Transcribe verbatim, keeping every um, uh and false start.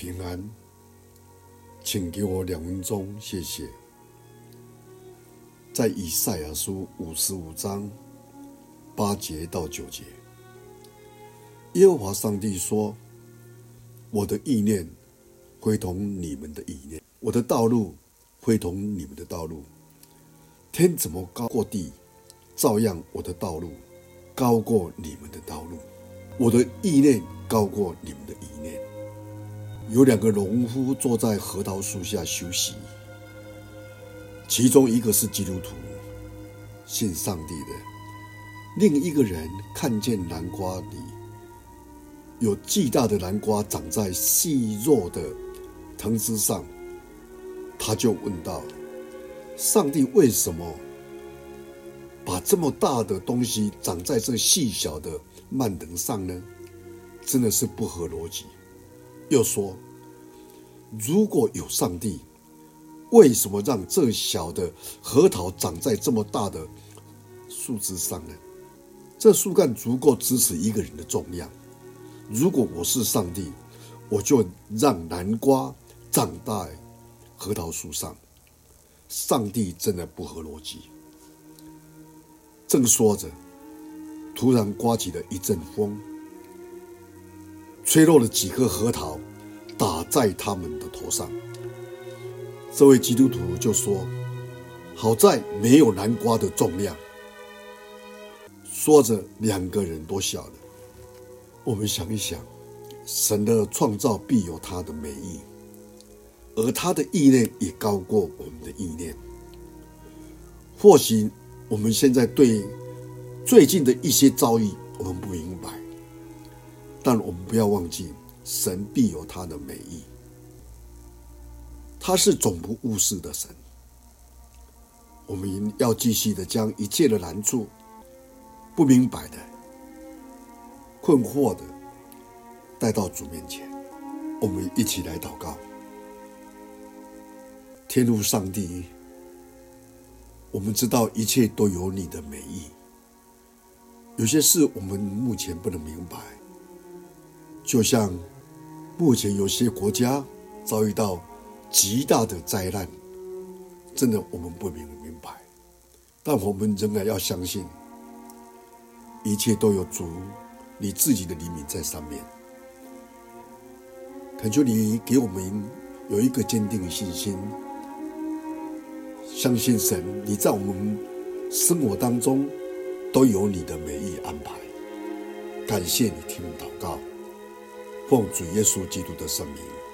平安，请给我两分钟，谢谢。在以赛亚书五十五章八节到九节，耶和华上帝说：我的意念非同你们的意念，我的道路非同你们的道路。天怎么高过地，照样我的道路高过你们的道路，我的意念高过你们的意念。有两个农夫坐在核桃树下休息，其中一个是基督徒，信上帝的，另一个人看见南瓜里有巨大的南瓜长在细弱的藤枝上，他就问道：上帝为什么把这么大的东西长在这细小的蔓藤上呢？真的是不合逻辑。又说，如果有上帝，为什么让这小的核桃长在这么大的树枝上呢？这树干足够支持一个人的重量。如果我是上帝，我就让南瓜长在核桃树上。上帝真的不合逻辑。正说着，突然刮起了一阵风，吹落了几颗核桃，打在他们的头上。这位基督徒就说：好在没有南瓜的重量。说着，两个人都笑了。我们想一想，神的创造必有他的美意，而他的意念也高过我们的意念。或许我们现在对最近的一些遭遇我们不明白，但我们不要忘记，神必有他的美意。他是总不误事的神。我们要继续的将一切的难处、不明白的、困惑的带到主面前。我们一起来祷告。天父上帝，我们知道一切都有你的美意。有些事我们目前不能明白，就像目前有些国家遭遇到极大的灾难，真的我们不明白，但我们仍然要相信，一切都有主你自己的怜悯在上面。恳求你给我们有一个坚定的信心，相信神，你在我们生活当中都有你的美意安排。感谢你听祷告，奉主耶稣基督的圣名。